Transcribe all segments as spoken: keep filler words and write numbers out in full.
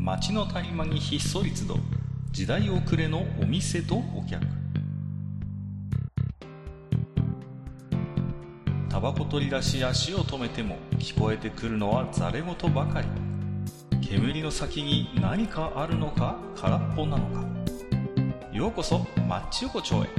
街の谷間にひっそり集う時代遅れのお店とお客。タバコ取り出し足を止めても聞こえてくるのはざれ言ばかり。煙の先に何かあるのか空っぽなのか。ようこそマッチ横丁へ。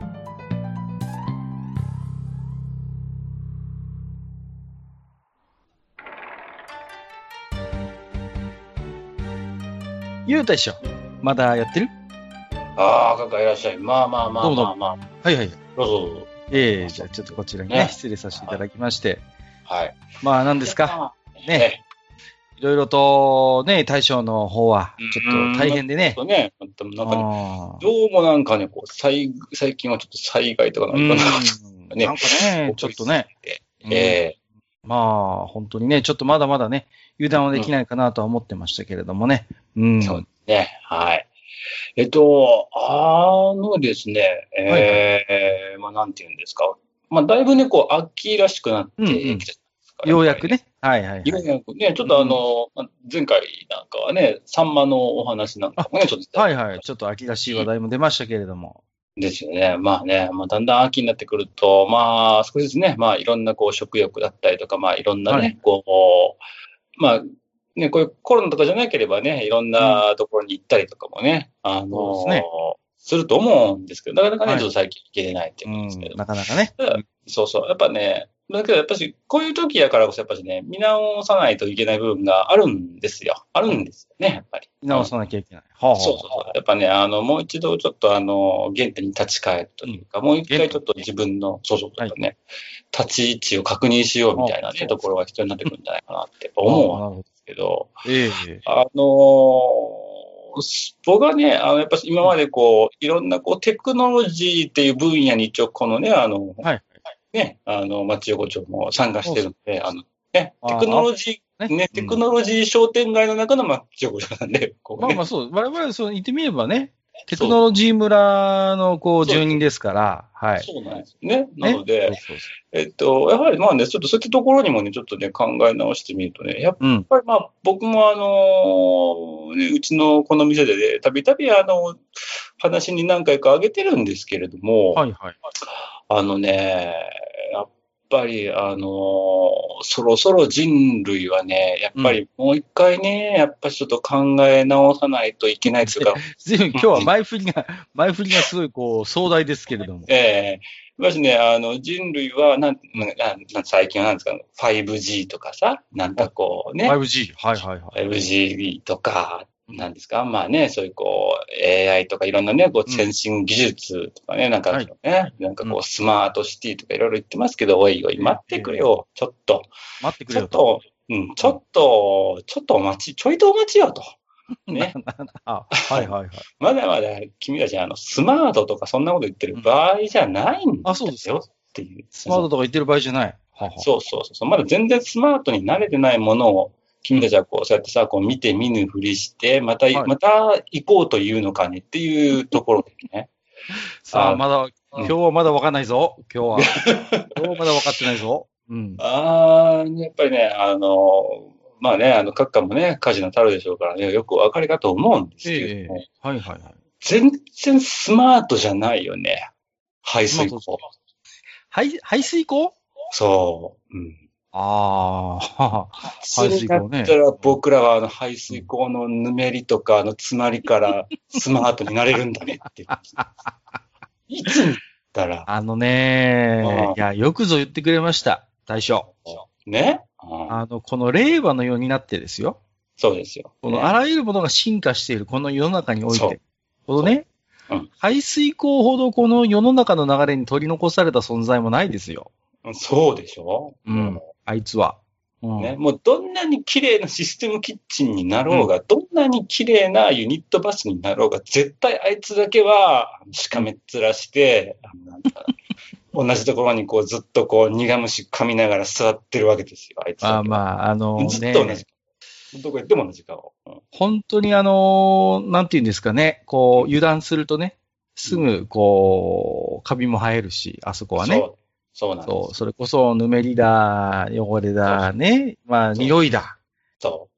ゆうたでしょ。まだやってる？ ああ、かかいらっしゃい。まあまあまあまあまあ。 はいはい。 どうぞどうぞ。 ええー、じゃあちょっとこちらにね、ね失礼させていただきまして。 はい。 まあ何ですか。ね。いろいろとね、大将の方は、ちょっと大変でね。 そうね。なんかね、どうもなんかね、こう、最近はちょっと災害とかなんかね。なんかね、ちょっとね。 ええー。 まあ、本当にね、ちょっとまだまだね、油断はできないかなとは思ってましたけれどもね。うん。 そうね。はい。えっと、あのですね、えー、はいはい、まあ、なんて言うんですか。まあ、だいぶね、こう、秋らしくなってきて、うんうん、 ようやくね。はいはいはい。 ようやくね、ちょっとあの、うん、前回なんかはね、サンマのお話なんかもね、ちょっと。 はいはい。ちょっと秋らしい話題も出ましたけれども。 ですよね。まあね、まあ、だんだん秋になってくると、まあ、少しずつね、まあ、いろんなこう、食欲だったりとか、まあ、いろんなね、はい、こう、まあ、ね、こういうコロナとかじゃなければね、いろんなところに行ったりとかもね、うん、あのーね、すると思うんですけど、なかなかね、はい、ちょっと最近行けれないっていうんですけど、 うん。なかなかね。 そうそう。やっぱね、だけどやっぱし、こういう時やからこそやっぱしね、見直さないといけない部分があるんですよ。あるんですよね、やっぱり。 見直さなきゃいけない。 はあはあ、そうそうそう。やっぱね、あの、もう一度ちょっとあの、原点に立ち返るというか、うん、もう一回ちょっと自分の、そうそうそうね、はい、立ち位置を確認しようみたいなね、ところが必要になってくるんじゃないかなって思うんですけど、 ええ、 あのー、僕はね、あの、やっぱり今までこう、いろんなこう、テクノロジーっていう分野に一応このね、あの、はい、ね、あの、町横丁も参加してるんで、あの、ね、テクノロジー、ね、テクノロジー商店街の中の町横丁なんで、こう、ね。まあまあそう、我々そう言ってみればね、テクノロジー村のこう住人ですから、はい。 そうなんですね。なので、そうそうそうえっと、やはりまあね、ちょっとそういったところにもね、ちょっとね、考え直してみるとね、やっぱりまあ、僕もあの、ね、うちのこの店でね、たびたびあの、話に何回か挙げてるんですけれども、 はいはい。 あのね、やっぱりあの、そろそろ人類はね、やっぱりもう一回ね、やっぱりちょっと考え直さないといけないというか。 ずいぶん今日は前振りが、前振りがすごいこう壮大ですけれども。 ええー、やっぱりね、あの、人類は、なん、なん、最近はなんですか、ファイブジー とかさ、なんかこうね。 ファイブジー、はいはいはい。 ファイブジー とか、なんですか、まあね、そういうこう、エーアイ とかいろんなね、こう、先進技術とかね、うん、なんかね、はい、なんかこう、スマートシティとかいろいろ言ってますけど、おいおい、待ってくれよ、ちょっと。 待ってくれよと。ちょっと、うん、ちょっと、ちょっとお待ち、ちょいとお待ちよと。ね。 あ、はいはいはい。 まだまだ君たちあの、スマートとかそんなこと言ってる場合じゃないんだよ、うん、 あ、そうですよっていう。 スマートとか言ってる場合じゃない。 ははそうそうそう。まだ全然スマートに慣れてないものを、君たちはこう、そうやってさ、こう見て見ぬふりして、また、はい、また行こうというのかねっていうところでね。 さあ、まだ、今日はまだ分かんないぞ。今日は。今日はまだ分かってないぞ。うん。 ああ、やっぱりね、あの、まあね、あの、閣下もね、火事の樽でしょうからね、よくお分かりかと思うんですけども、 えー、はいはいはい。 全然スマートじゃないよね。排水溝。 排、排水溝？ そう。うん。 ああ、 排水溝ね。だったら僕らはあの排水溝のぬめりとかの詰まりからスマートになれるんだねっていつにったら。 あのね、いや、よくぞ言ってくれました、大将。 ね、 あの、この令和の世になってですよ。 そうですよ。 このあらゆるものが進化しているこの世の中において、このね、うん、排水溝ほどこの世の中の流れに取り残された存在もないですよ。 そうでしょ？ うん。あいつは。 うん、ね、もうどんなに綺麗なシステムキッチンになろうが、うん、どんなに綺麗なユニットバスになろうが、絶対あいつだけはしかめっ面して、なんか同じところにこうずっとこう苦虫噛みながら座ってるわけですよ、あいつだけは。 あまあ、あのー、ね、 ずっと同じ。どこ行っても同じ顔。 うん、本当にあのー、なんていうんですかね、こう、油断するとね、すぐこう、カビも生えるし、あそこはね。 そう。そうなんです。 そう、それこそぬめりだ、汚れだ、ね。まあ、匂いだ。 そ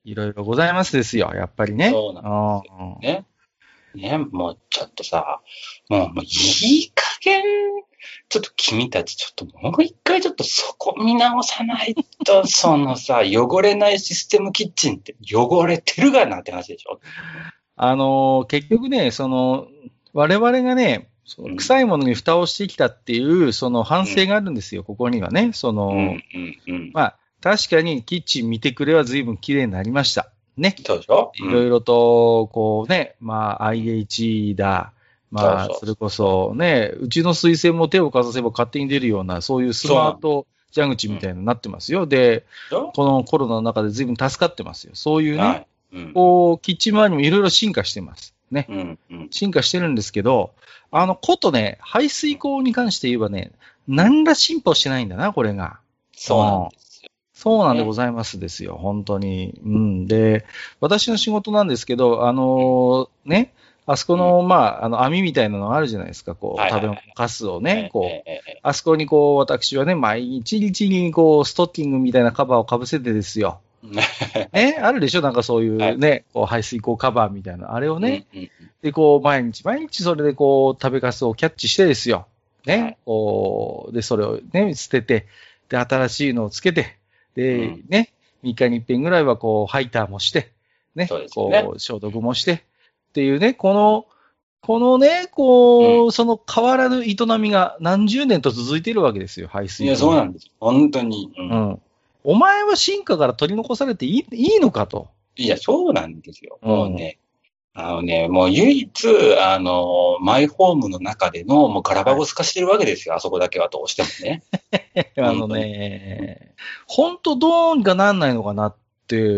いろいろございますですよ、やっぱりね。 そうなんですよね。ね、もうちょっとさ、もう、もういい加減、ちょっと君たちちょっともう一回ちょっとそこ見直さないと、そのさ、汚れないシステムキッチンって汚れてるがなって話でしょ。 あのー、結局ね、その、我々がね、その臭いものに蓋をしてきたっていう、その反省があるんですよ、うん、ここにはね。その、うんうんうん、まあ、確かにキッチン見てくれは随分綺麗になりました。ね。 そうでしょ、 うん、いろいろと、こうね、まあ、アイエイチ だ。まあ、それこそね、うちの水栓も手をかざせば勝手に出るような、そういうスマート蛇口みたいなのになってますよ。で、このコロナの中で随分助かってますよ。そういうね、はいうん、こう、キッチン周りもいろいろ進化してます。ね、うんうん。進化してるんですけど、あの、ことね、排水口に関して言えばね、何ら進歩してないんだな、これが。 そうなんですよ。 そうなんでございますですよ、本当に。うん。で、私の仕事なんですけど、あのー、ね、あそこの、うん、まあ、あの、網みたいなのがあるじゃないですか、こう、食べ物、カスをね、こう、あそこにこう、私はね、毎日日にこう、ストッキングみたいなカバーをかぶせてですよ。ね、あるでしょなんかそういうね、はい、こう排水口カバーみたいな、あれをね、うんうん、で、こう、毎日毎日それでこう、食べかすをキャッチしてですよ。ね、はい、こう、で、それをね、捨てて、で、新しいのをつけて、で、うん、ね、みっかに一遍ぐらいはこう、ハイターもして、ね、ねこう、消毒もして、っていうね、この、このね、こう、うん、その変わらぬ営みが何十年と続いているわけですよ、排水口。 いや、そうなんです。本当に。 うん。うんお前は進化から取り残されていい、いいのかと。 いや、そうなんですよ。もうね、うん、あのね、もう唯一、あの、マイホームの中での、もうガラバゴス化してるわけですよ、はい、あそこだけはどうしてもね。 あのね、本当どうにかなんないのかなって、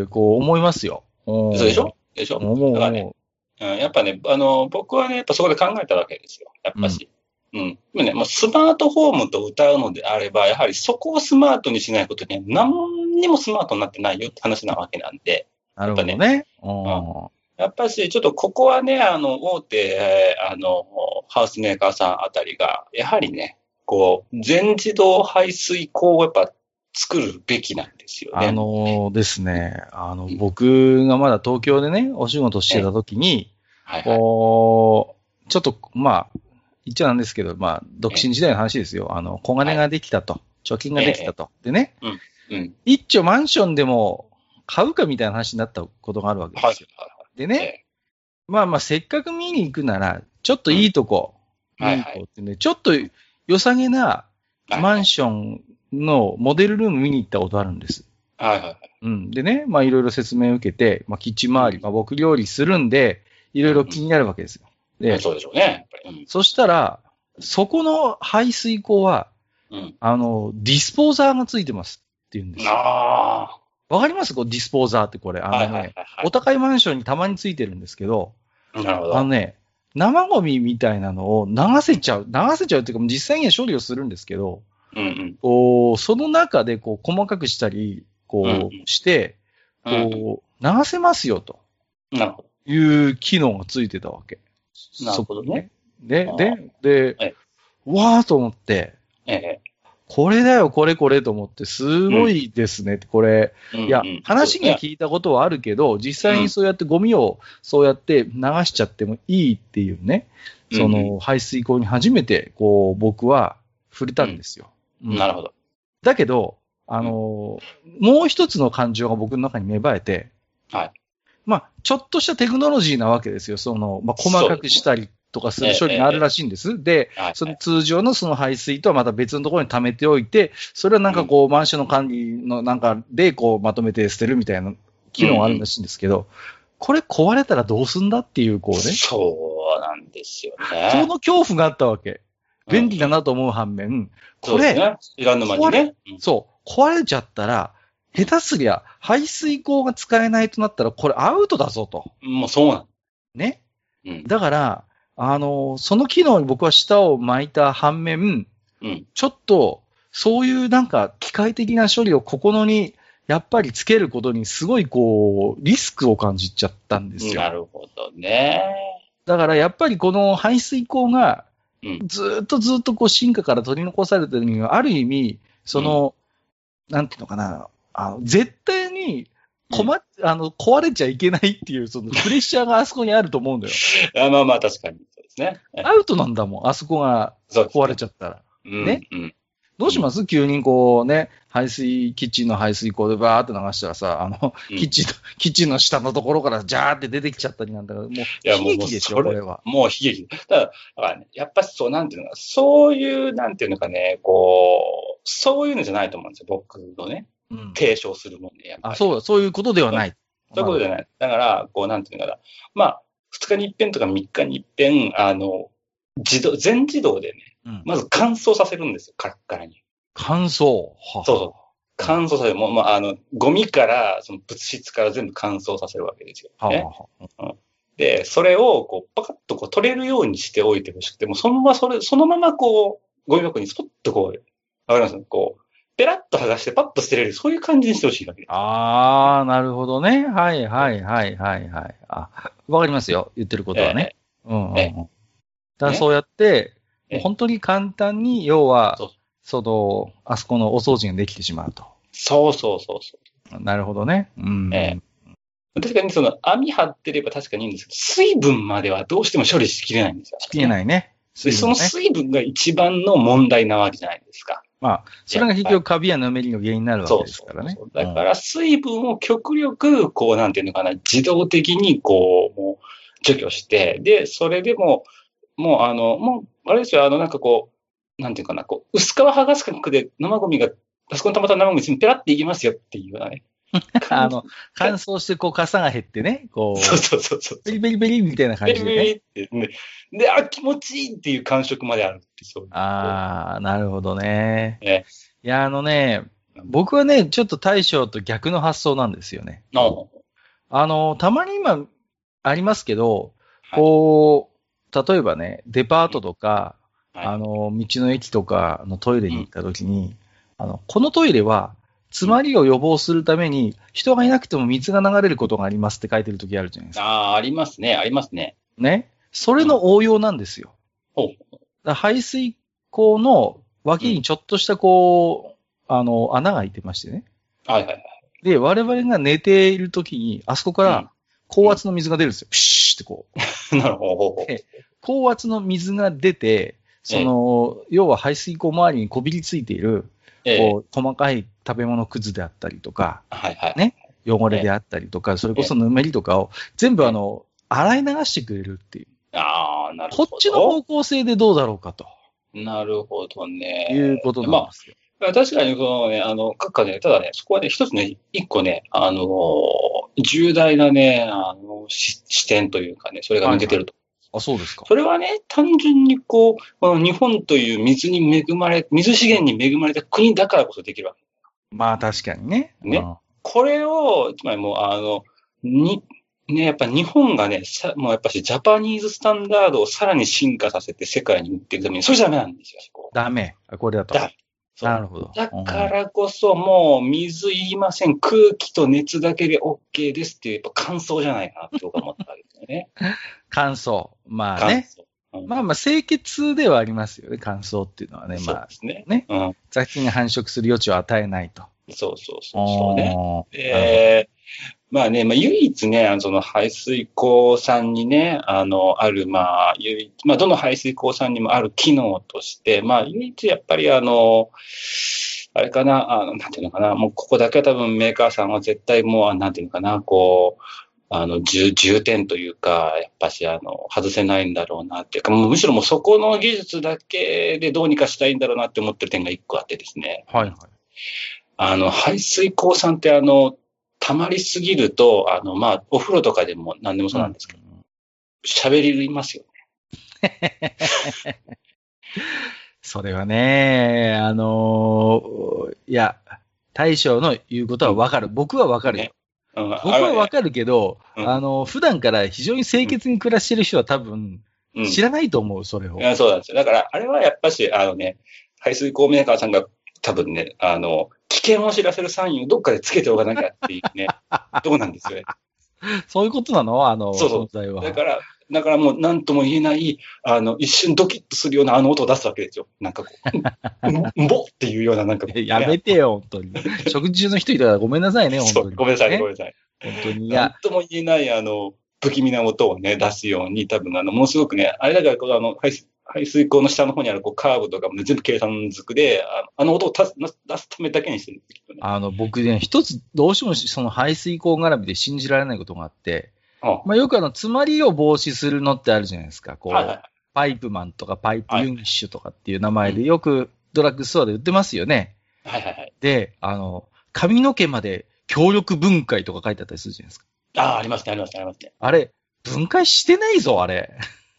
こう思いますよ。 そうでしょでしょ思う、 だからね、うん、やっぱね、あの、僕はね、やっぱそこで考えたわけですよ。やっぱし。うんうん。でもね、もうスマートフォームと歌うのであれば、やはりそこをスマートにしないことには何にもスマートになってないよって話なわけなんで。 なるほどね。ねうん、やっぱし、ちょっとここはね、あの、大手、えー、あの、ハウスメーカーさんあたりが、やはりね、こう、全自動排水口をやっぱ作るべきなんですよね。 あのですね、あの、うん、僕がまだ東京でね、お仕事してた時に、はいはい、こう、ちょっと、まあ、言っちゃなんですけど、まあ、独身時代の話ですよ。あの、小金ができたと。はい、貯金ができたと。でね、うんうん、一丁マンションでも買うかみたいな話になったことがあるわけですよ。はい、でね、まあまあ、せっかく見に行くなら、ちょっといいとこ、うん、いいとこってね、ちょっと良さげなマンションのモデルルーム見に行ったことあるんです。 はいはいはい。 うん。でね、まあいろいろ説明を受けて、まあキッチン周り、まあ僕料理するんで、いろいろ気になるわけですよ。 で、そうでしょうね。 うん、そしたら、そこの排水口は、うん、あの、ディスポーザーがついてますって言うんですよ。 ああ。 わかりますこうディスポーザーってこれ。あのね、はいはいはいはい、お高いマンションにたまについてるんですけど、 なるほど。 あのね、生ゴミみたいなのを流せちゃう、流せちゃうっていうか、実際には処理をするんですけど、 うんうん、 こうその中でこう細かくしたり、こう、うん、して、こう、流せますよと。 なるほど。 いう機能がついてたわけ。 なるほどね。 で、で、で、ええ、わーと思って、 ええ、 これだよ、これこれと思って、すごいですね、うん、これ。うん、いや、うん、話には聞いたことはあるけど、実際にそうやってゴミをそうやって流しちゃってもいいっていうね、うん、その排水口に初めて、こう、僕は触れたんですよ。 なるほど。 だけど、あのー、もう一つの感情が僕の中に芽生えて、 はい。 まあ、ちょっとしたテクノロジーなわけですよ。その、まあ、細かくしたりとかする処理があるらしいんです。で、その通常のその排水とはまた別のところに溜めておいて、それはなんかこう、マンションの管理のなんかでこうまとめて捨てるみたいな機能があるらしいんですけど、これ壊れたらどうすんだっていうこうね。 そうなんですよね。 その恐怖があったわけ。便利だなと思う反面、これ、 いらんの間にね。 そう、壊れちゃったら、下手すりゃ、排水口が使えないとなったら、これアウトだぞと。 もうそうなん。 ね。うん、だから、あの、その機能に僕は舌を巻いた反面、うん、ちょっと、そういうなんか機械的な処理をここのに、やっぱりつけることにすごいこう、リスクを感じちゃったんですよ。 なるほどね。 だからやっぱりこの排水口が、ずっとずっとこう進化から取り残されてるには、ある意味、その、うん、なんていうのかな、あの絶対に困っ、あの、壊れちゃいけないっていう、そのプレッシャーがあそこにあると思うんだよ。 あまあまあ、確かに。そうですね。 アウトなんだもん、あそこが壊れちゃったら。ね。 うんうん、 どうします、うん、急にこうね、排水、キッチンの排水口でバーって流したらさ、あの、うん、キッチン、キッチンの下のところからジャーって出てきちゃったりなんだから、もう、悲劇でしょ、これは。 もう悲劇。ただ、だからね、やっぱそう、なんていうのか、そういう、なんていうのかね、こう、そういうのじゃないと思うんですよ、僕のね。うん、提唱するもんね、やっぱり。 あ、そう、そういうことではない。 そういうことじゃない。だから、こう、なんていうのかな。まあ、二日に一遍とか三日に一遍、あの、自動、全自動でね、うん、まず乾燥させるんですよ、カラッカラに。 乾燥はそうそう。乾燥させる。もう、まあ、あの、ゴミから、その物質から全部乾燥させるわけですよ、ね。ははうん、で、それを、こう、パカッとこう取れるようにしておいてほしくて、もうそのまま、それ、そのままこう、ゴミ箱にスポッとこう、わかりますこう、ペラッと剥がしてパッと捨てれる、そういう感じにしてほしいわけです。 ああ、なるほどね。はいはいはいはいはい。あ、わかりますよ。言ってることはね。えー、うんうんうん。えー、だからそうやって、えー、本当に簡単に、要は、そうその、あそこのお掃除ができてしまうと。 そうそうそうそう。 なるほどね。うん。えー、確かにその網張ってれば確かにいいんですけど、水分まではどうしても処理しきれないんですよ。 しきれないね。 で、その水分が一番の問題なわけじゃないですか。 まあ、それが結局カビやぬめりの原因になるわけですからね。そうそうそうだから水分を極力、こう、なんていうのかな、自動的にこう、もう除去して、で、それでも、もうあの、もう、あれですよ、あの、なんかこう、なんていうかな、こう、薄皮剥がす感覚で生ゴミが、あそこにたまたま生ゴミにペラっていきますよっていうようなね。 あの、乾燥してこう、傘が減ってね、こう。 そうそうそうそう。 ベリベリベリみたいな感じで、ね。 ベリベリってね。で、あ、気持ちいいっていう感触まであるって、そういう。 ああ、なるほどね。 ね。 いや、あのね、僕はね、ちょっと大将と逆の発想なんですよね。あの、たまに今、ありますけど、こう、例えばね、デパートとか、はい、あの、道の駅とかのトイレに行った時に、うん、あの、このトイレは、詰まりを予防するために、人がいなくても水が流れることがありますって書いてる時あるじゃないですか。 ああ、ありますね、ありますね。 ね。それの応用なんですよ。 うん、 だ排水口の脇にちょっとしたこう、うん、あの、穴が開いてましてね。 はいはいはい。 で、我々が寝ている時に、あそこから高圧の水が出るんですよ。プシーってこう。なるほど。 高圧の水が出て、その、ええ、要は排水口周りにこびりついている、ええ、こう細かい食べ物くずであったりとか、 はいはい、 ね、汚れであったりとか、ええ、それこそぬめりとかを全部あの、ええ、洗い流してくれるっていう。 ああ、なるほど。 こっちの方向性でどうだろうかと。 なるほどね。 いうことなんですよ。 まあ、確かにそのね、あの、閣下ね、ただね、そこはね、一つね、一個ね、あの、重大なね、あの、視点というかね、それが抜けてると。 はいはい、あ、そうですか。 それはね、単純にこう、日本という水に恵まれ、水資源に恵まれた国だからこそできるわけ。 まあ確かにね。 ね。うん、これを、つまりもう、あの、に、ね、やっぱ日本がね、さもうやっぱしジャパニーズスタンダードをさらに進化させて世界に売っていくために、それじゃダメなんですよ。 ダメ。これだと。 だなるほど。 だからこそもう水いりません。空気と熱だけで OK ですっていう、やっぱ乾燥じゃないかなって僕は思ったわけですよね。 乾燥。まあね。うん、まあまあ清潔ではありますよね。乾燥っていうのはね。まあそうですね。 ね。うん、雑菌が繁殖する余地を与えないと。 そうそうそうそうね。えーまあね、まあ唯一ね、あのその排水口さんにね、あの、ある、まあ、唯一、まあどの排水口さんにもある機能として、まあ唯一やっぱりあの、あれかな、あの、なんていうのかな、もうここだけは多分メーカーさんは絶対もう、なんていうのかな、こう、あの、重、重点というか、やっぱしあの、外せないんだろうなっていうか、もうむしろもうそこの技術だけでどうにかしたいんだろうなって思ってる点が一個あってですね。 はいはい。 あの、排水口さんってあの、溜まりすぎると、あの、まあ、お風呂とかでも何でもそうなんですけど、喋、うん、りますよね。 それはね、あのー、いや、大将の言うことはわかる。うん、僕はわかるよ。ねうん、僕はわかるけど、あ,、ねうん、あの、普段から非常に清潔に暮らしてる人は多分、知らないと思う、うん、それを。 いや、そうなんですよ。だから、あれはやっぱし、あのね、排水口メーカーさんが多分ね、あの、危険を知らせるサインをどっかでつけておかなきゃっていうね、どうなんですよね。 そういうことなのあの、 そうそう存在は。だから、 だからもう何とも言えない、あの、一瞬ドキッとするようなあの音を出すわけですよ。なんかこう、んぼっていうようななんか、 ね。やめてよ、本当に。食事中の人いたらごめんなさいね、本当に。 ごめんなさい、 ね、 ごめんなさい。 本当に。いや。 や。 なんとも言えない、あの、不気味な音をね、出すように、多分あの、ものすごくね、あれだから、あの、排水、排水口の下の方にあるこうカーブとかも、ね、全部計算づくで、あのあの音を出す、出すためだけにしてるんですけどね。 あの、僕ね、一つ、どうしてもその排水口絡みで信じられないことがあって、あまあ、よくあの、詰まりを防止するのってあるじゃないですか。こう、はいはい、パイプマンとかパイプユニッシュとかっていう名前でよくドラッグストアで売ってますよね。 はいはいはい。 で、あの、髪の毛まで強力分解とか書いてあったりするじゃないですか。 ああ、ありますね、ありますね、ありますね。 あれ、分解してないぞ、あれ。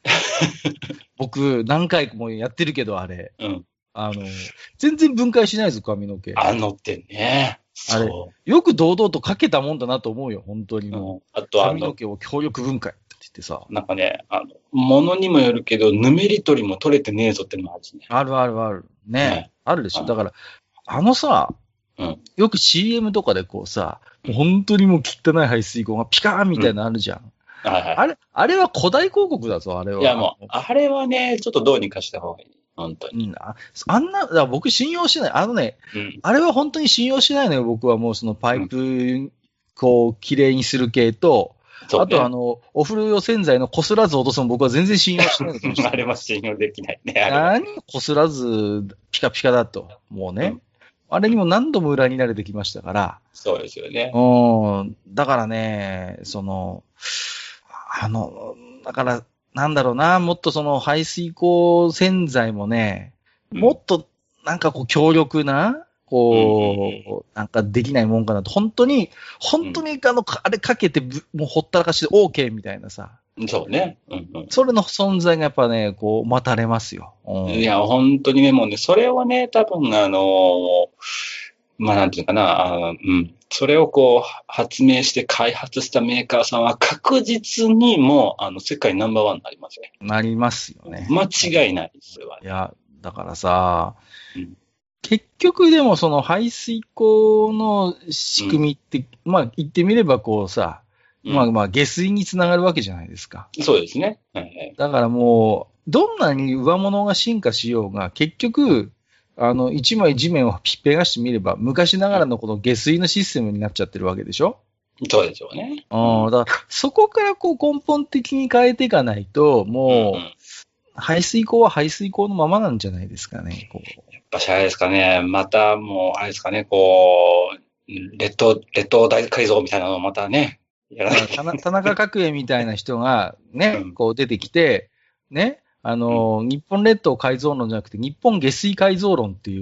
僕、何回もやってるけど、あれ。 うん。 あの、全然分解しないぞ、髪の毛。 あのってね。 あれ、よく堂々とかけたもんだなと思うよ、本当にもう。 うん、あとあの、 髪の毛を強力分解って言ってさ。 なんかね、あの、ものにもよるけど、ぬめり取りも取れてねえぞってのもあるしね。 あるあるある。ね。ねあるでしょ。だから、あのさ、うん、よく シーエム とかでこうさ、本当にもう汚い排水口がピカーンみたいなのあるじゃん。うん、はいはい。あれ、あれは古代広告だぞ、あれは。 いやもう、あれはね、ちょっとどうにかした方がいい。本当に。 うん、あ, あんな、だ僕信用しない。あのね、うん、あれは本当に信用しないのよ、僕はもうそのパイプ、うん、こう、綺麗にする系と、ね、あとあの、お風呂用洗剤のこすらず落とすの僕は全然信用しないのかもしれない。 あれは信用できないね。 何こすらずピカピカだと。もうね。うん、あれにも何度も裏に慣れてきましたから。 そうですよね。 うん。だからね、その、あの、だから、なんだろうな、もっとその排水口洗剤もね、うん、もっとなんかこう強力な、こう、うん、なんかできないもんかなと、本当に、本当にあの、うん、あれかけてもうほったらかしで OK みたいなさ。 そうね。うんうん、 それの存在がやっぱね、こう、待たれますよ。 うん、いや、本当にね、もうね、それをね、多分あのー、まあなんていうかな、あうん。それをこう、発明して開発したメーカーさんは確実にもう、あの、世界ナンバーワンになりますね。 なりますよね。 間違いない、それは、ね。 いや、だからさ、うん、結局でもその排水口の仕組みって、うん、まあ言ってみればこうさ、うん、まあまあ下水につながるわけじゃないですか。 そうですね。はいはい、 だからもう、どんなに上物が進化しようが、結局、あの、一枚地面をひっぺがしてみれば、昔ながらのこの下水のシステムになっちゃってるわけでしょ？ そうでしょうね。 うん、だからそこからこう根本的に変えていかないと、もう、うんうん、排水口は排水口のままなんじゃないですかね。こうやっぱしあれですかね、またもう、あれですかね、こう、列島、列島大改造みたいなのをまたね、 やらない田中角栄みたいな人がね、うん、こう出てきて、ね、あの、うん、日本列島改造論じゃなくて、日本下水改造論っていう、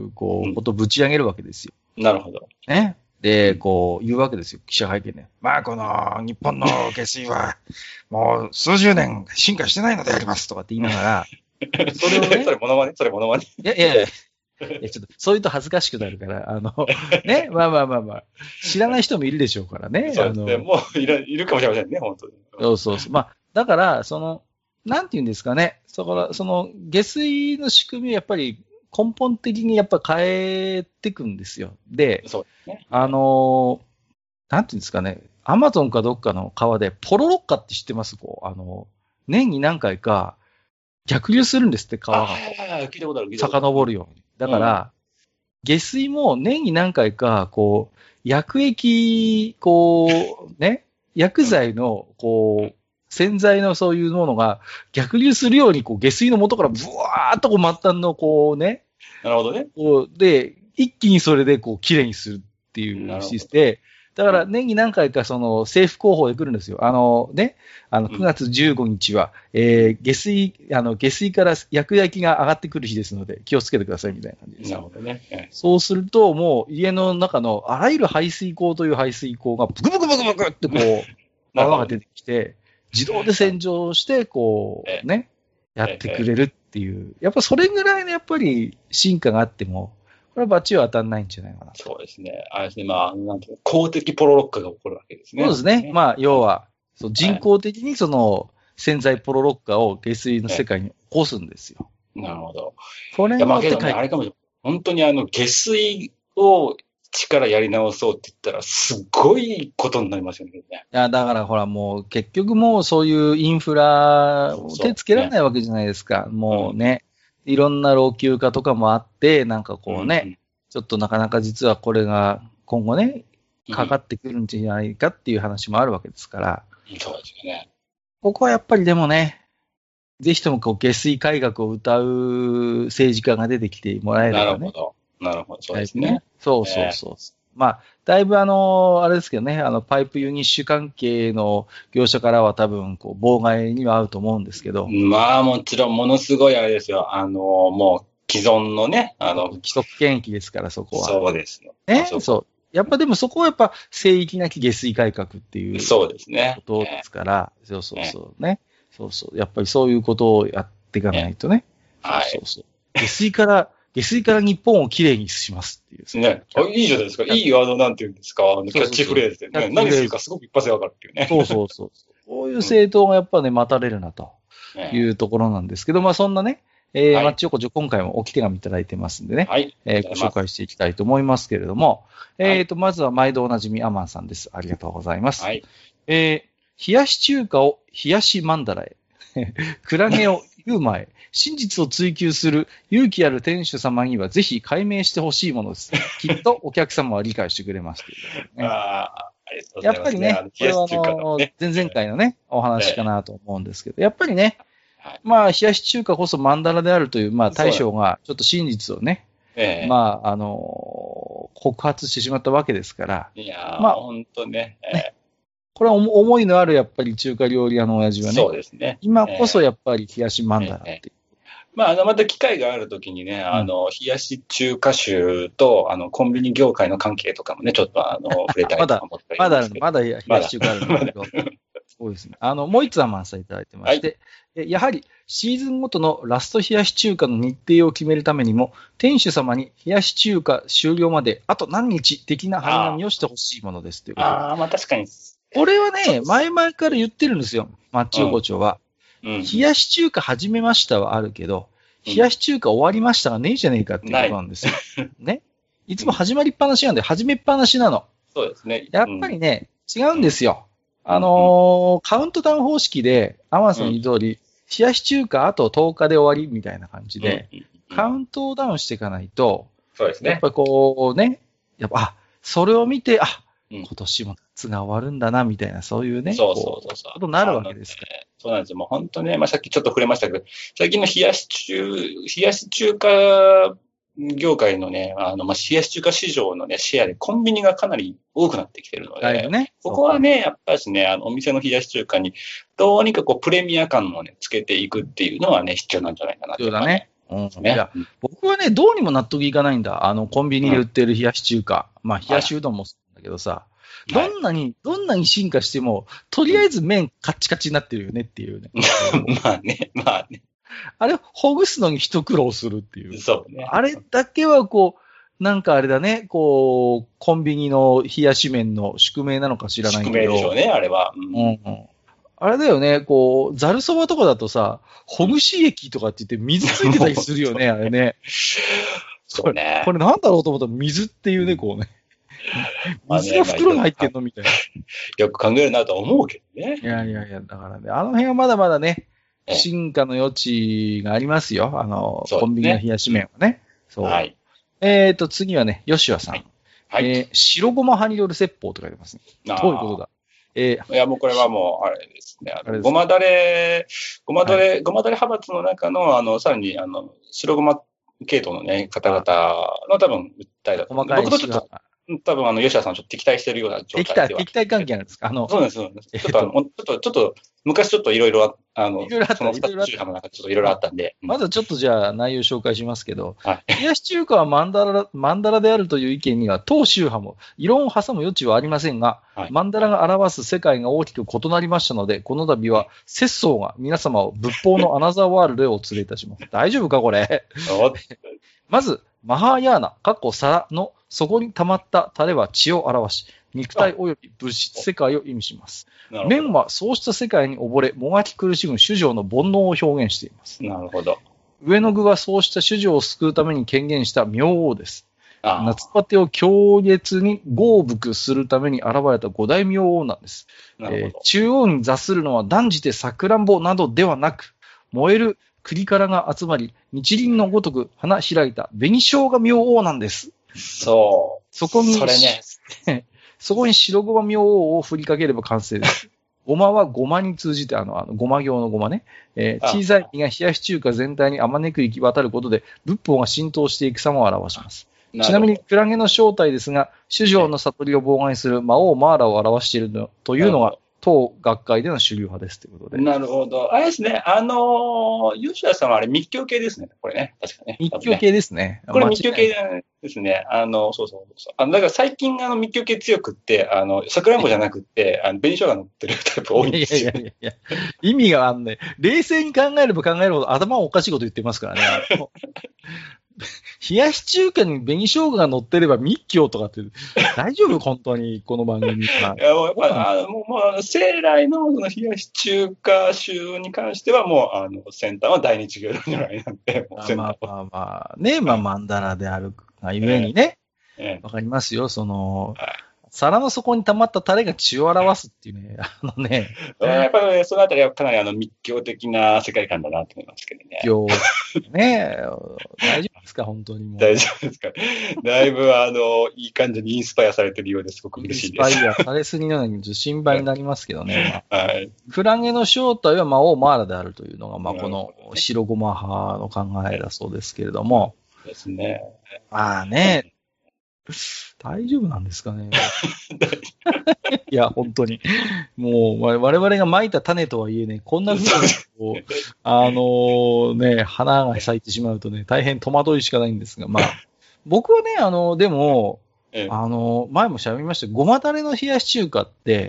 こう、ことをぶち上げるわけですよ。 なるほど。 ね。で、こう、言うわけですよ。記者会見で。まあ、この、日本の下水は、もう、数十年進化してないのであります、とかって言いながら、 それをね。それモノマネそれモノマネいやいやいや。いやちょっと、そういうと恥ずかしくなるから、あの、ね、まあまあまあまあ、知らない人もいるでしょうからね。 そうですね。もういる、いるかもしれませんね、本当に。 そうそうそう。まあ、だから、その、なんて言うんですかね。そこら、その、下水の仕組みをやっぱり根本的にやっぱ変えていくんですよ。で、 そうですね。 あの、なんて言うんですかね。アマゾンかどっかの川で、ポロロッカって知ってます？こう、あの、年に何回か逆流するんですって、川が。 聞いたことある。 遡るように。だから、うん、下水も年に何回か、こう、薬液、こう、ね、薬剤の、こう、洗剤のそういうものが逆流するように、こう、下水の元からブワーっとこう末端のこうね。 なるほどね。 こうで、一気にそれでこう、綺麗にするっていうシステム。だから年に何回かその政府広報で来るんですよ。あのね、あのくがつじゅうごにちは、うん、えー、下水、あの下水から薬液が上がってくる日ですので気をつけてくださいみたいな感じです。 なるほどね。 そうするともう家の中のあらゆる排水口という排水口がブクブクブクブクってこう、泡が出てきて、自動で洗浄して、こう、ね、やってくれるっていう。やっぱそれぐらいのやっぱり進化があっても、これはバチは当たんないんじゃないかな。 そうですね。あれですね。まあ、なんていうか、公的ポロロッカが起こるわけですね。 そうですね。まあ、要は、そう人工的にその洗剤ポロロッカを下水の世界に起こすんですよ。 なるほど。 これによってね、あれかもしれない。本当にあの、下水を一からやり直そうって言ったら、すごいことになりますよね。いや、だからほらもう結局もうそういうインフラを手つけられないわけじゃないですか。もうね、うん、いろんな老朽化とかもあって、なんかこうね、うん、ちょっとなかなか実はこれが今後ね、かかってくるんじゃないかっていう話もあるわけですから。 うん、そうですよね。 ここはやっぱりでもね、ぜひともこう下水改革を謳う政治家が出てきてもらえればね。 なるほど。なるほど。そうですね。 そうそうそう。えー、まあ、だいぶあの、あれですけどね、あの、パイプユニッシュ関係の業者からは多分、こう、妨害には合うと思うんですけど。 まあ、もちろん、ものすごいあれですよ。あの、もう、既存のね、あの、 既得権益ですから、そこは。 そうですよ。 ね、そう。そうやっぱでもそこはやっぱ、聖域なき下水改革っていう。 そうですね。 ことですから、えー、そうそうそうね。そうそう。やっぱりそういうことをやっていかないとね。 えー、はい。 そうそう。下水から、下水から日本をきれいにしますっていう。 ね。あ、いいじゃないですか。いいワードなんていうんですか。あのキャッチフレーズでね。何するかすごく一発でわかるっていうね。 そうそうそう。こういう政党がやっぱね、待たれるなというところなんですけど、まあそんなね、えー、はい、マッチ横丁今回も置き手紙いただいてますんでね。はい。えー、ご紹介していきたいと思いますけれども、はい、えっと、まずは毎度おなじみアマンさんです。ありがとうございます。はい。えー、冷やし中華を冷やしマンダラへ。クラゲを言う前、真実を追求する勇気ある店主様にはぜひ解明してほしいものです。きっとお客様は理解してくれますということでね。 ああ、ありがとうございます、ね。 やっぱりね、これはあの、ね、前々回のね、お話かなと思うんですけど、やっぱりね、はい、まあ、冷やし中華こそマンダラであるという、まあ、大将がちょっと真実をね、ええ、まあ、あの、告発してしまったわけですから。 いやー、まあ、ほんとね。ええねこれは思いのあるやっぱり中華料理屋の親父はね。 そうですね。 今こそやっぱり冷やしマンダラっていう。ええええ、まあ、あの、また機会があるときにね、あの、冷やし中華酒と、あの、コンビニ業界の関係とかもね、ちょっとあの、触れたいと思ったりまだ、まだ、まだ冷やし中華あるんですけど。そうですね。あの、もう一つアマンさんいただいてまして、はい、やはりシーズンごとのラスト冷やし中華の日程を決めるためにも、店主様に冷やし中華終了まであと何日的な張り紙をしてほしいものですということ。 ああ、まあ確かに。 これはね、前々から言ってるんですよ。マッチ横丁は、うんうん。冷やし中華始めましたはあるけど、冷やし中華終わりましたがねえじゃねえかっていうことなんですよ。ね。いつも始まりっぱなしなんで、始めっぱなしなの。 そうですね。 やっぱりね、違うんですよ。あのー、カウントダウン方式で、アマゾンに通り、冷やし中華あととおかで終わりみたいな感じで、カウントダウンしていかないと、 そうですね。 やっぱこうね、やっぱ、あ、それを見て、あ、今年も夏が終わるんだな、みたいな、そういうね、 そうそうそうそう。 ことになるわけですから。 そうなんですよ。もう本当ね、まあさっきちょっと触れましたけど、最近の冷やし中、冷やし中華業界のね、あの、まあ、冷やし中華市場のね、シェアでコンビニがかなり多くなってきてるので、ね、ここはね、やっぱりですね、あの、お店の冷やし中華に、どうにかこう、プレミア感をね、つけていくっていうのはね、必要なんじゃないかなって、ね。 そうだね。うん、ねいや、僕はね、どうにも納得いかないんだ。あの、コンビニで売ってる冷やし中華。うん、まあ、冷やしうどんもそうだけどさ、はい、どんなに、どんなに進化しても、とりあえず麺カッチカチになってるよねっていうね。 まあね、まあね。 あれ、ほぐすのに一苦労するっていう。 そうね。 あれだけはこう、なんかあれだね、こう、コンビニの冷やし麺の宿命なのか知らないけど。 宿命でしょうね、あれは。 うん。うんうん、あれだよね、こう、ざるそばとかだとさ、ほぐし液とかって言って水ついてたりするよね、あれね。 そうね。 これなんだろうと思ったら水っていうね、こうね。水が袋に入ってんのみたいな。 よく考えるなとは思うけどね。 いやいやいや、だからね、あの辺はまだまだね、進化の余地がありますよ。あの、ね、コンビニの冷やし麺はね。そう。はい。えっと、次はね、吉和さん。はい。はい、えー、白ごま葉による説法と書いてますね。どういうことだえー、いや、もうこれはもう、あれですね。あのごまだれ、ごまだれ、はい、ごまだれ派閥の中の、あの、さらに、あの、白ごま系統のね、方々の多分、訴えだと思う。僕とちょっと、多分、あの、吉田さんちょっと敵対してるような状態では。 敵対関係なんですかあの。 そうです、そうです。ちょっと、あの、ちょっと、ちょっと、昔ちょっといろいろ、あの、その二つ中派の中でちょっといろいろあったんで。 まずちょっとじゃあ内容紹介しますけど、はい、冷やし中華はマンダラ、マンダラであるという意見には、当宗派も異論を挟む余地はありませんが、はい、マンダラが表す世界が大きく異なりましたので、この度は、節操が皆様を仏法のアナザーワールドへお連れいたします。大丈夫かこれ。まず、マハーヤーナ、過去皿の底に溜まったタレは血を表し、肉体及び物質世界を意味します。麺はそうした世界に溺れ、もがき苦しむ主情の煩悩を表現しています。 なるほど。 上の具はそうした主情を救うために権限した明王です。 夏バテを強烈に豪伏するために現れた五大明王なんです。えー、中央に座するのは断じてさくらんぼなどではなく、燃える栗からが集まり、日輪のごとく花開いた紅生姜明王なんです。 そう。 そこに、 それね。 そこに白ごま明王を振りかければ完成です。ごまはごまに通じて、あの、あのごま行のごまね、えー、小さい実が冷やし中華全体にあまねく行き渡ることで、仏法が浸透していく様を表します。ちなみに、クラゲの正体ですが、主上の悟りを妨害する魔王マーラを表しているのというのが、当学会での主流派ですということで。 なるほど。あれですね、あのー、吉田さんはあれ密教系ですね、これね。確かね。 密教系ですね。 これ密教系ですね。あの、そうそうそう。あの、だから最近あの密教系強くって、あの、桜んぼじゃなくって、あの、紅生姜乗ってるタイプ多いんですよ。 いやいやいやいや、意味があんね。冷静に考えれば考えるほど頭おかしいこと言ってますからね。冷やし中華に紅生姜が乗ってれば密教とかって大丈夫本当にこの番組は。 いやもうやっぱあのもうもう生来のその冷やし中華宗に関してはもうあの先端は大日如来なんで、もうまあまあまあね、まあ曼荼羅であるがゆえにね、わ、ええ、かりますよ。その、はい、皿の底に溜まったタレが血を表すっていうね、あのね。 やっぱり、ね、そのあたりはかなりあの密教的な世界観だなと思いますけどね。 密教。ね大丈夫ですか本当にもう。 大丈夫ですかだいぶあの、いい感じにインスパイアされてるようですごく嬉しいです。 インスパイアされすぎなのに心配になりますけどね。 まあ、はい。 クラゲの正体は魔王マーラであるというのが、まあこの白ごま派の考えだそうですけれども。 ですね。 まあね。大丈夫なんですかね。いや、本当に。もう、我々が蒔いた種とはいえね、こんな風に、あのー、ね、花が咲いてしまうとね、大変戸惑いしかないんですが、まあ、僕はね、あの、でも、ええ、あの、前も喋りましたごまだれの冷やし中華って、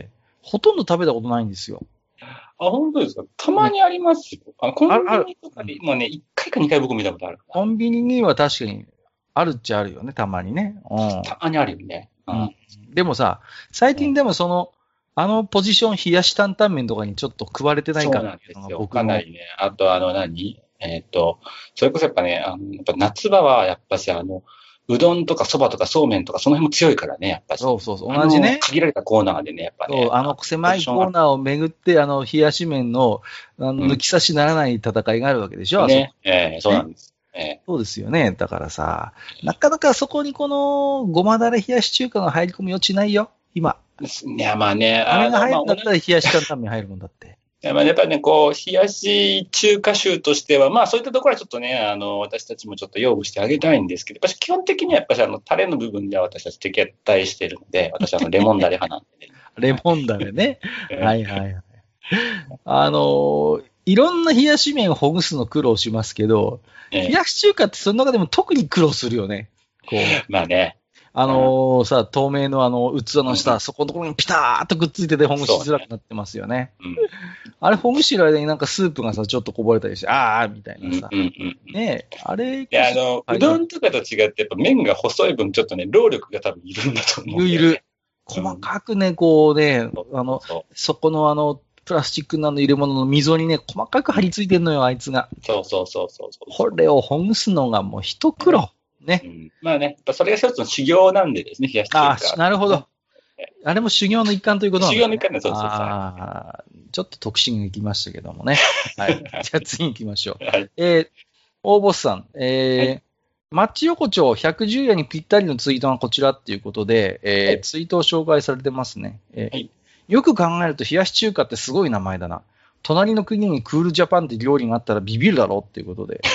ほとんど食べたことないんですよ。 あ、本当ですか？たまにありますよ。あのコンビニとかで、もうね、いっかいかにかい僕見たことある。 コンビニには確かに、あるっちゃあるよね、たまにね。 うん、たまにあるよね。 うん。でもさ、最近でもその、うん、あのポジション冷やし担々麺とかにちょっと食われてないかなっていうのが僕も。かなりね。あとあの何えっ、ー、と、それこそやっぱね、あのやっぱ夏場はやっぱしあの、うどんとかそばとかそうめんとかその辺も強いからね、やっぱり。 そうそうそう。同じね。 限られたコーナーでね、やっぱね。 そう、あの狭いコーナーをめぐって、あの、冷やし麺の、あの抜き差しならない戦いがあるわけでしょ、うん、 ね。ええー、そうなんです。 えー、そうですよね。だからさ、なかなかそこにこの、ごまだれ冷やし中華が入り込む余地ないよ、今。 いや、まあね。 あれが入るんだったら冷やし担々麺入るもんだって。 いや、まあやっぱりね、こう、冷やし中華州としては、まあそういったところはちょっとね、あの、私たちもちょっと擁護してあげたいんですけど、やっぱ基本的にはやっぱりあの、タレの部分では私たち敵対してるので、私はあの、レモンダレ派なんでね。 レモンダレね。はいはいはい。あの、いろんな冷やし麺をほぐすの苦労しますけど、冷やし中華ってその中でも特に苦労するよね。こう。 まあね。 あのー、さ、透明のあの、器の下、うん、そこのところにピターっとくっついててほぐしづらくなってますよね。うん、あれほぐしてる間になんかスープがさ、ちょっとこぼれたりして、あーみたいなさ。 うんうんうん、 ねえ、あれ。 いや、あの、うどんとかと違って、やっぱ麺が細い分、ちょっとね、労力が多分いるんだと思う、ね。 いるいる。細かくね、こうね、あの、そこのあの、プラスチックなの入れ物の溝にね、細かく張り付いてんのよ、あいつが。 そうそうそうそうそう。 これをほぐすのがもう一苦労。ね。 うん、まあね、やっぱそれが一つの修行なんでですね、冷やし中華。 ああ、なるほど。あれも修行の一環ということなんですね。 修行の一環で、そうそうそう。 ああ、ちょっと特進が行きましたけどもね。はい。じゃあ次行きましょう。 はい。 えー、大ボスさん、えー、はい、マッチ横丁ひゃくじゅうえんにぴったりのツイートがこちらっていうことで、えーはい、ツイートを紹介されてますね。えーはい、よく考えると冷やし中華ってすごい名前だな。隣の国にクールジャパンって料理があったらビビるだろうっていうことで。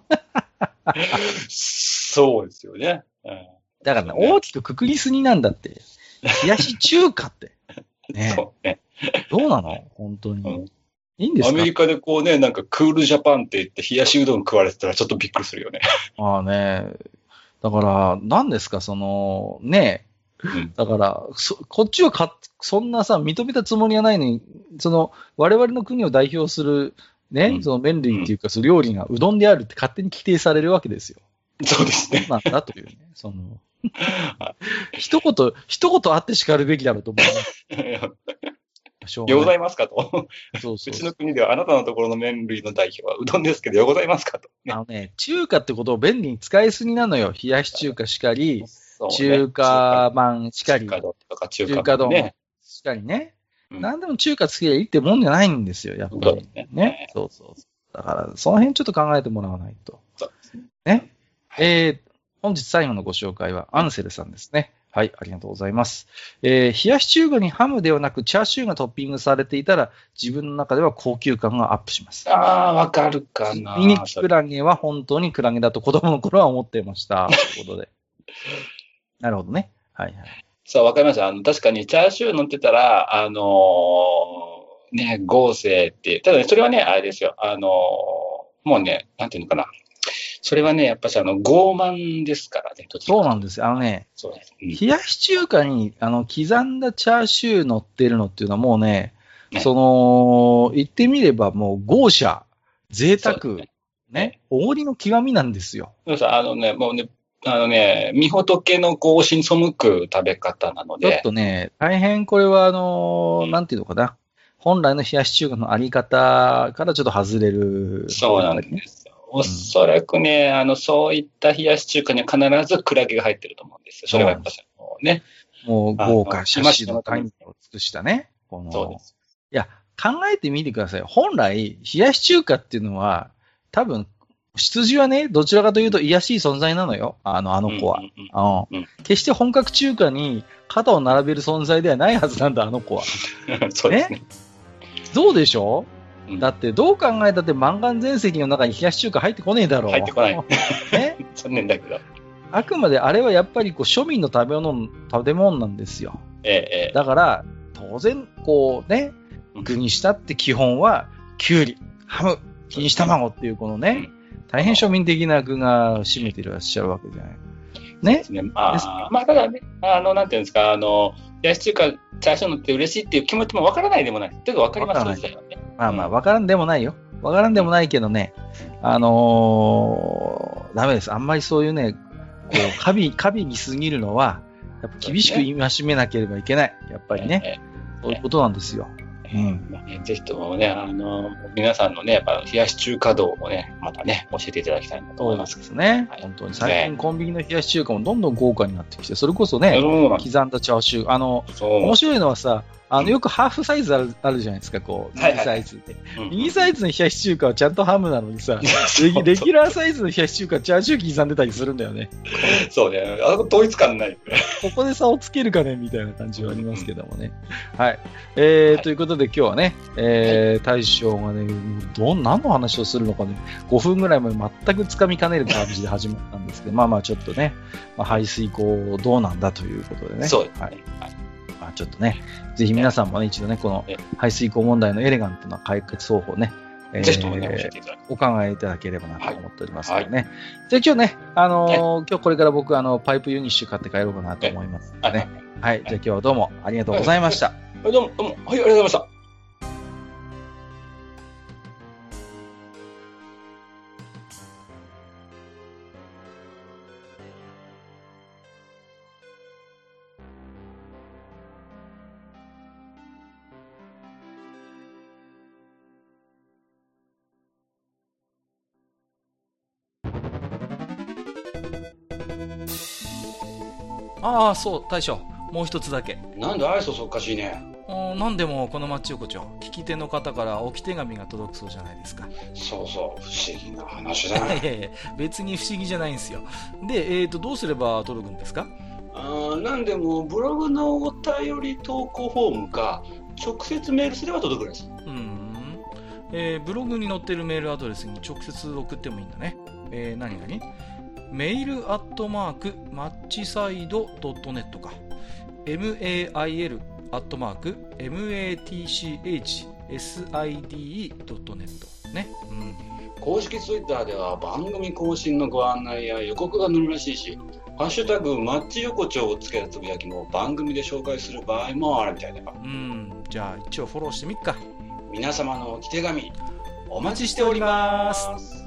そうですよね。うん、 だから、ね、大きくくくりすぎなんだって。冷やし中華って。ね、 そうね。 どうなの本当に、うん。いいんですか？ アメリカでこうね、なんかクールジャパンって言って冷やしうどん食われてたらちょっとびっくりするよね。 ああね。だから、何ですか、その、ね、うん、だからそ、こっちはか、そんなさ、認めたつもりはないのに、その、我々の国を代表する、ね、うん、その麺類っていうか、その料理がうどんであるって勝手に規定されるわけですよ。 そうですね。 なんだというね、その、一言、一言あって叱るべきだろうと思う、ね。 しょうがない。 ようございますかと。 そうそうそう。 うちの国ではあなたのところの麺類の代表はうどんですけど、ようございますかと、 ね。あのね、中華ってことを便利に使いすぎなのよ。冷やし中華しかり、ね、中華まんしかり、 中華丼とか中華、 ね、中華丼しかりね。うん、何でも中華つけりゃいいってもんじゃないんですよ、やっぱり。そうね。ねそうそうそう。だから、その辺ちょっと考えてもらわないと。そうですね。ね。えー、本日最後のご紹介はアンセルさんですね。はい、ありがとうございます。えー、冷やし中華にハムではなくチャーシューがトッピングされていたら、自分の中では高級感がアップします。 ああ、わかるかな。 ミニクラゲは本当にクラゲだと子供の頃は思ってました。ということで。なるほどね。はいはい。 そう、わかりました。あの、確かにチャーシュー乗ってたら、あのー、ね、豪勢って、ただね、それはね、あれですよ。あのー、もうね、なんていうのかな。それはね、やっぱしあの、傲慢ですからね、 そうなんですよ。あのね、そうです、うん、冷やし中華に、あの、刻んだチャーシュー乗ってるのっていうのはもうね、ねその、言ってみればもう豪奢、贅沢、ね、ね、おごりの極みなんですよ。 そうそう、あのね、もうね、あのね、み仏の格子に背く食べ方なので。 ちょっとね、大変これはあの、うん、なんていうのかな。本来の冷やし中華のあり方からちょっと外れる。 そうなんですよ。おそらくね、あの、そういった冷やし中華には必ずクラゲが入ってると思うんですよ。それはやっぱりもうね。 もう豪華写真の会を尽くしたね。このそうです。いや、考えてみてください。本来、冷やし中華っていうのは、多分、出自はね、どちらかというと癒やしい存在なのよ。あの、あの子は。うんうんうん、決して本格中華に肩を並べる存在ではないはずなんだ、あの子は。 そうですね。 どうでしょう、うん、だって、どう考えたって満願全席の中に冷やし中華入ってこねえだろう。 入ってこない。ね。残念だけど。 あくまであれはやっぱりこう庶民の食べ物、食べ物なんですよ。ええ。だから、当然、こうね、具にしたって基本は、きゅうり、ハム、錦糸卵っていうこのね、うん大変庶民的な具が占めていらっしゃるわけじゃない。ね。ですね。 まあ、まあ、ただね、あの、なんていうんですか、あの、冷やし中華、チャーシュー乗って嬉しいっていう気持ちもわからないでもない。というかわかります、ね、 まあまあ、わからんでもないよ。わからんでもないけどね、あのー、ダメです。あんまりそういうね、こう、過敏、過敏に過ぎるのは、やっぱ厳しく戒めなければいけない。やっぱりね。そういうことなんですよ。うんまあね、ぜひともね、あの、皆さんのね、やっぱ冷やし中華道をね、またね、教えていただきたいなと思います。 そうですね。はい、本当に。最近コンビニの冷やし中華もどんどん豪華になってきて、それこそね、刻んだチャーシュー、あの、面白いのはさ、あの、よくハーフサイズある、あるじゃないですか、こう、右サイズで。右サイズの冷やし中華はちゃんとハムなのにさ、レギュラーサイズの冷やし中華はチャーシュー刻んでたりするんだよね。 そうね。あの統一感ない。 ここで差をつけるかねみたいな感じはありますけどもね。はい。えー、はい、ということで今日はね、えー、大将がね、どん、何の話をするのかね、ごふんぐらいまで全くつかみかねる感じで始まったんですけど、まあまあちょっとね、まあ、排水口どうなんだということでね。 そうですね。 はい。まあ、ちょっとね、ぜひ皆さんもね、一度ね、この排水口問題のエレガントな解決方法ね、 ぜひともね、教えていただきお考えいただければなと思っておりますのでね。はいはい、じゃあ今日ね、あのーはい、今日これから僕、あの、パイプユニッシュ買って帰ろうかなと思いますのでね。はい。じゃあ今日はどうもありがとうございました。 はい、どうも、どうも。はい、ありがとうございました。 ああ、そう、大将。もう一つだけ。 なんで愛想おかしいね。 なんでもこの町横丁、聞き手の方から置き手紙が届くそうじゃないですか。 そうそう、不思議な話だね。 いやいや、別に不思議じゃないんですよ。で、えーと、どうすれば届くんですか？ あなんでも、ブログのお便り投稿フォームか、直接メールすれば届くらしい。 うん、えー、ブログに載ってるメールアドレスに直接送ってもいいんだね。えー、何々メールアットマークマッチサイドドットネットか mail アットマーク matchside ドットネットね、うん、 公式ツイッターでは番組更新のご案内や予告が載るらしいし、ハッシュタグマッチ横丁をつけたつぶやきも番組で紹介する場合もあるみたいだよ。 うん、じゃあ一応フォローしてみっか。 皆様のお手紙お待ちしております。